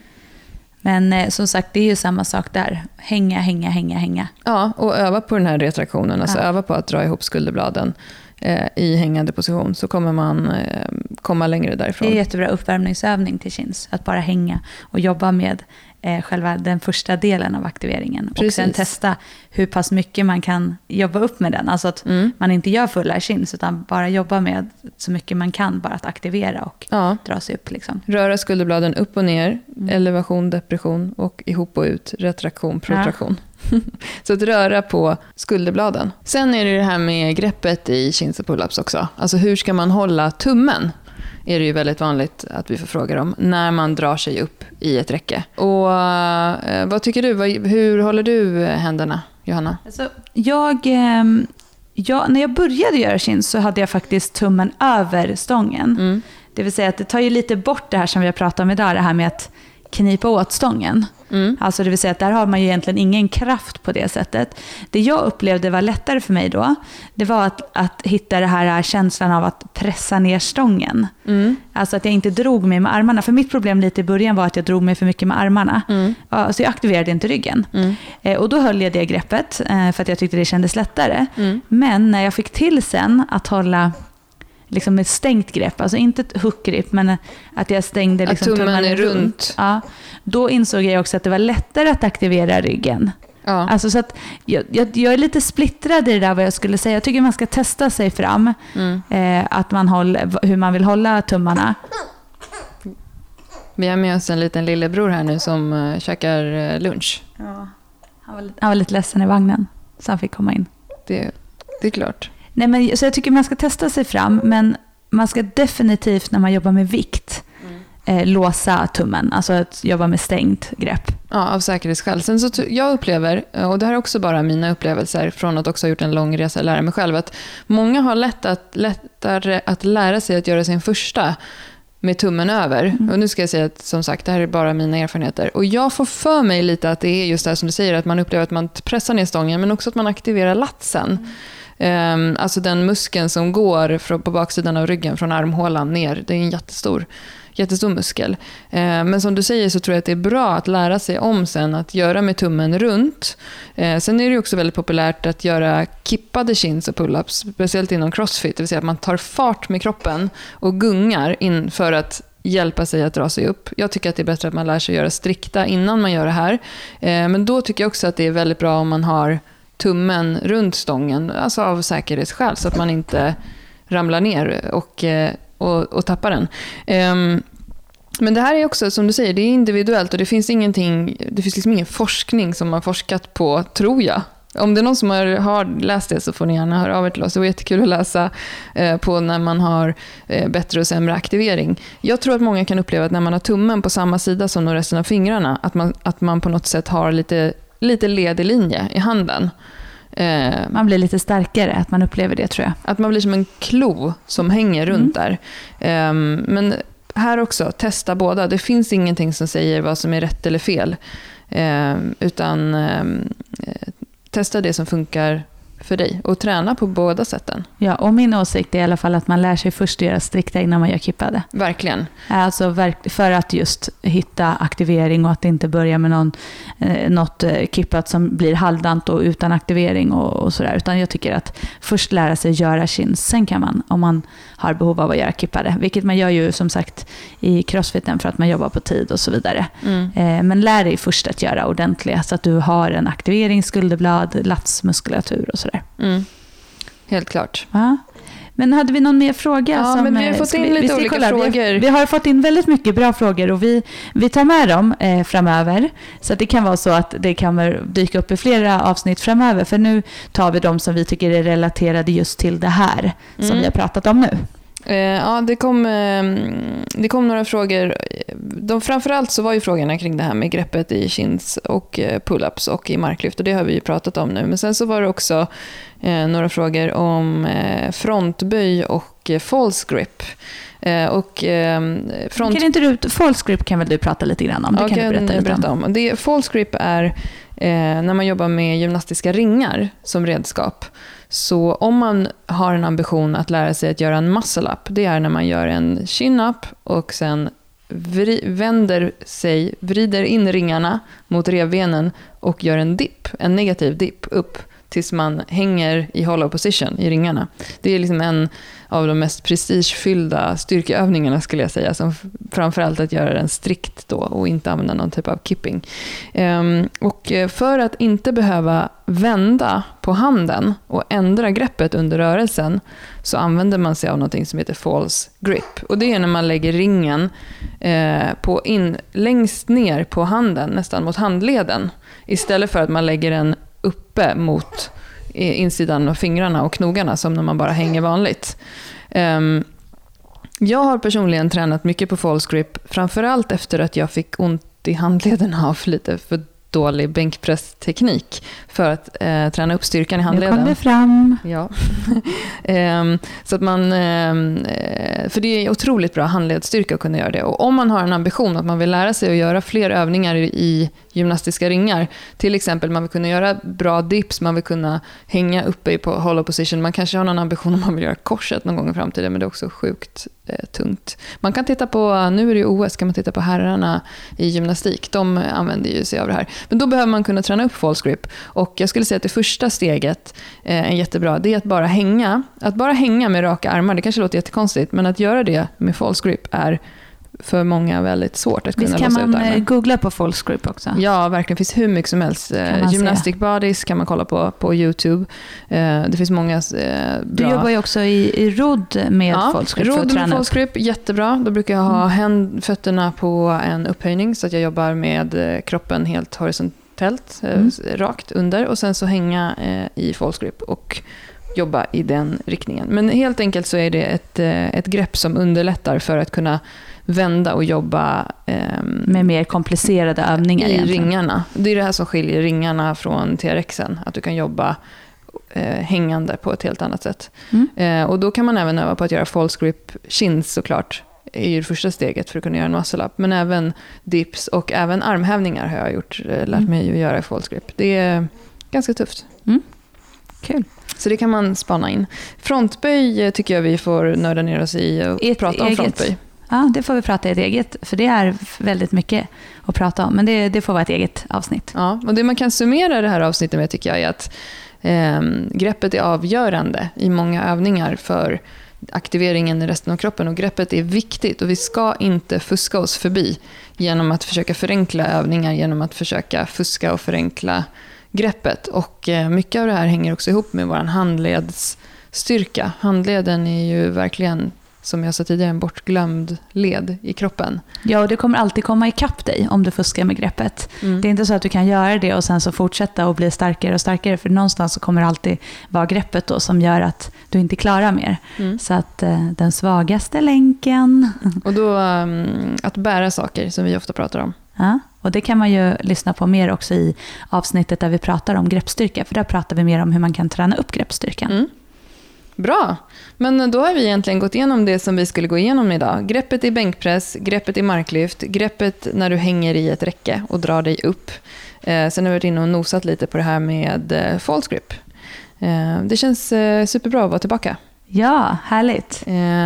Men som sagt, det är ju samma sak där. Hänga. Ja, och öva på den här retraktionen. Alltså öva på att dra ihop skulderbladen i hängande position. Så kommer man komma längre därifrån. Det är jättebra uppvärmningsövning till chins. Att bara hänga och jobba med själva den första delen av aktiveringen. Precis. Och sen testa hur pass mycket man kan jobba upp med den. Alltså att man inte gör fulla chins utan bara jobba med så mycket man kan. Bara att aktivera och dra sig upp. Liksom. Röra skulderbladen upp och ner. Elevation, depression och ihop och ut. Retraktion, protraktion. Ja. Så att röra på skulderbladen. Sen är det här med greppet i chins och pull-ups också. Alltså hur ska man hålla tummen? Är det ju väldigt vanligt att vi får frågor om när man drar sig upp i ett räcke. Och vad tycker du? Hur håller du händerna, Johanna? Alltså, när jag började göra chins så hade jag faktiskt tummen över stången. Det vill säga att det tar ju lite bort det här som vi har pratat om idag, det här med att knipa åt stången. Alltså det vill säga att där har man ju egentligen ingen kraft på det sättet. Det jag upplevde var lättare för mig då, det var att hitta det här känslan av att pressa ner stången. Alltså att jag inte drog mig med armarna. För mitt problem lite i början var att jag drog mig för mycket med armarna. Så jag aktiverade inte ryggen. Och då höll jag det greppet för att jag tyckte det kändes lättare. Men när jag fick till sen att hålla liksom med stängt grepp, alltså inte ett hookgrip, men att jag stängde liksom tummen är runt. Ja, då insåg jag också att det var lättare att aktivera ryggen. Ja. Alltså så att jag är lite splittrad i det där vad jag skulle säga. Jag tycker man ska testa sig fram att man håller, hur man vill hålla tummarna. Vi har med oss en liten lillebror här nu som käkar lunch. Ja. Han var lite ledsen i vagnen så han fick komma in. Det är klart. Nej, men, så jag tycker man ska testa sig fram, men man ska definitivt när man jobbar med vikt låsa tummen, alltså att jobba med stängt grepp. Ja, av säkerhetsskäl. Sen så jag upplever, och det här är också bara mina upplevelser från att också ha gjort en lång resa och lära mig själv, att många har lättare att lära sig att göra sin första med tummen över. Och nu ska jag säga att som sagt, det här är bara mina erfarenheter. Och jag får för mig lite att det är just det här som du säger, att man upplever att man pressar ner stången, men också att man aktiverar latsen. Alltså den muskeln som går på baksidan av ryggen från armhålan ner. Det är en jättestor muskel. Men som du säger så tror jag att det är bra att lära sig om sen att göra med tummen runt. Sen är det också väldigt populärt att göra kippade chins och pull-ups, speciellt inom crossfit. Det vill säga att man tar fart med kroppen och gungar in för att hjälpa sig att dra sig upp. Jag tycker att det är bättre att man lär sig göra strikta innan man gör det här. Men då tycker jag också att det är väldigt bra om man har tummen runt stången, alltså av säkerhetsskäl, så att man inte ramlar ner och tappar den. Men det här är också, som du säger, det är individuellt och det finns liksom ingen forskning som har forskat på, tror jag. Om det är någon som har läst det så får ni gärna höra av er till oss. Det var jättekul att läsa på när man har bättre och sämre aktivering. Jag tror att många kan uppleva att när man har tummen på samma sida som de resten av fingrarna, att man på något sätt har lite ledig linje i handen. Man blir lite starkare, att man upplever det, tror jag. Att man blir som en klo som hänger runt där. Men här också, testa båda. Det finns ingenting som säger vad som är rätt eller fel. Utan testa det som funkar för dig att träna på båda sätten. Ja, och min åsikt är i alla fall att man lär sig först göra strikta innan man gör kippade. Verkligen. Alltså för att just hitta aktivering och att inte börja med något kippat som blir halvdant och utan aktivering och sådär. Utan jag tycker att först lära sig göra chins. Sen kan man, om man har behov av att göra kippade, vilket man gör ju som sagt i crossfiten för att man jobbar på tid och så vidare. Men lär dig först att göra ordentliga så att du har en aktivering, skulderblad, latsmuskulatur och sådär. Helt klart. Ja. Men hade vi någon mer fråga? Ja, men vi har fått in lite olika frågor. Vi har fått in väldigt mycket bra frågor och vi tar med dem framöver. Så att det kan vara så att det kan dyka upp i flera avsnitt framöver. För nu tar vi de som vi tycker är relaterade just till det här som vi har pratat om nu. Ja, det kom några frågor. Framförallt så var ju frågorna kring det här med greppet i chins och pull-ups och i marklyft. Och det har vi ju pratat om nu. Men sen så var det också några frågor om frontböj och false grip. Kan inte du, false grip kan väl du prata lite grann om? Det kan du berätta om. False grip är när man jobbar med gymnastiska ringar som redskap. Så om man har en ambition att lära sig att göra en muscle-up, det är när man gör en chin-up och sen vrider in ringarna mot revbenen och gör en negativ dip upp tills man hänger i hollow position i ringarna. Det är liksom en av de mest prestigefyllda styrkeövningarna skulle jag säga, som framförallt att göra den strikt då och inte använda någon typ av kipping. Och för att inte behöva vända på handen och ändra greppet under rörelsen så använder man sig av något som heter false grip. Och det är när man lägger ringen längst ner på handen, nästan mot handleden, istället för att man lägger den uppe mot insidan av fingrarna och knogarna som när man bara hänger vanligt. Jag har personligen tränat mycket på false grip, framförallt efter att jag fick ont i handleden av lite för dålig bänkpressteknik för att träna upp styrkan i handleden. Nu kom det fram. Ja. Så att för det är otroligt bra handledsstyrka att kunna göra det. Och om man har en ambition att man vill lära sig att göra fler övningar i gymnastiska ringar, till exempel man vill kunna göra bra dips, man vill kunna hänga uppe på hollow position, man kanske har någon ambition om man vill göra korset någon gång i framtiden, men det är också sjukt tungt. Man kan titta på, nu är det ju OS, kan man titta på herrarna i gymnastik, de använder ju sig av det här. Men då behöver man kunna träna upp false grip, och jag skulle säga att det första steget är jättebra, det är att bara hänga med raka armar. Det kanske låter jättekonstigt, men att göra det med false grip är för många väldigt svårt att kunna låsa ut armarna. Visst kan man googla på false grip också? Ja, verkligen. Det finns hur mycket som helst. Gymnastic bodies kan man kolla på YouTube. Det finns många bra... Du jobbar ju också i rodd med false grip. Rodd med false grip, jättebra. Då brukar jag ha fötterna på en upphöjning så att jag jobbar med kroppen helt horisontellt, rakt under. Och sen så hänga i false grip och jobba i den riktningen. Men helt enkelt så är det ett grepp som underlättar för att kunna vända och jobba med mer komplicerade övningar i egentligen. Ringarna. Det är det här som skiljer ringarna från TRXen, att du kan jobba hängande på ett helt annat sätt. Och då kan man även öva på att göra false grip chins, såklart, är ju det första steget för att kunna göra en muscle-up. Men även dips och även armhävningar har jag lärt mig att göra i false grip. Det är ganska tufft. Kul. Så det kan man spana in. Frontböj tycker jag vi får nörda ner oss i och prata om frontböj. Ja, det får vi prata i ett eget, för det är väldigt mycket att prata om. Men det får vara ett eget avsnitt. Ja, och det man kan summera det här avsnittet med tycker jag är att greppet är avgörande i många övningar för aktiveringen i resten av kroppen. Och greppet är viktigt och vi ska inte fuska oss förbi genom att försöka förenkla övningar, genom att försöka fuska och förenkla greppet. Och mycket av det här hänger också ihop med vår handledsstyrka. Handleden är ju verkligen, som jag sa tidigare, en bortglömd led i kroppen. Ja, och det kommer alltid komma ikapp dig om du fuskar med greppet. Det är inte så att du kan göra det och sen så fortsätta och bli starkare och starkare, för någonstans så kommer det alltid vara greppet då som gör att du inte klarar mer. Så att den svagaste länken. Och då att bära saker som vi ofta pratar om. Ja, och det kan man ju lyssna på mer också i avsnittet där vi pratar om greppstyrka, för där pratar vi mer om hur man kan träna upp greppstyrkan. Bra, men då har vi egentligen gått igenom det som vi skulle gå igenom idag. Greppet i bänkpress, greppet i marklyft, greppet när du hänger i ett räcke och drar dig upp. Sen har vi varit inne och nosat lite på det här med false grip. Det känns superbra att vara tillbaka. Ja, härligt.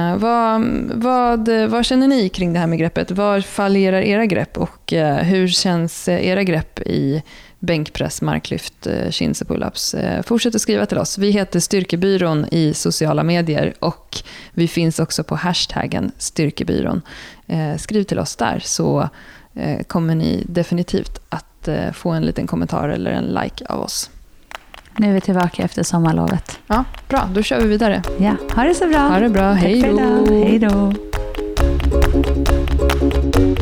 Vad känner ni kring det här med greppet? Var fallerar era grepp och hur känns era grepp i bänkpress, marklyft, chins och pull-ups? Fortsätt att skriva till oss. Vi heter Styrkebyrån i sociala medier och vi finns också på hashtaggen Styrkebyrån. Skriv till oss där så kommer ni definitivt att få en liten kommentar eller en like av oss. Nu är vi tillbaka efter sommarlovet. Ja, bra. Då kör vi vidare. Ja, ha det så bra. Ha det bra. Hej då. Hej då.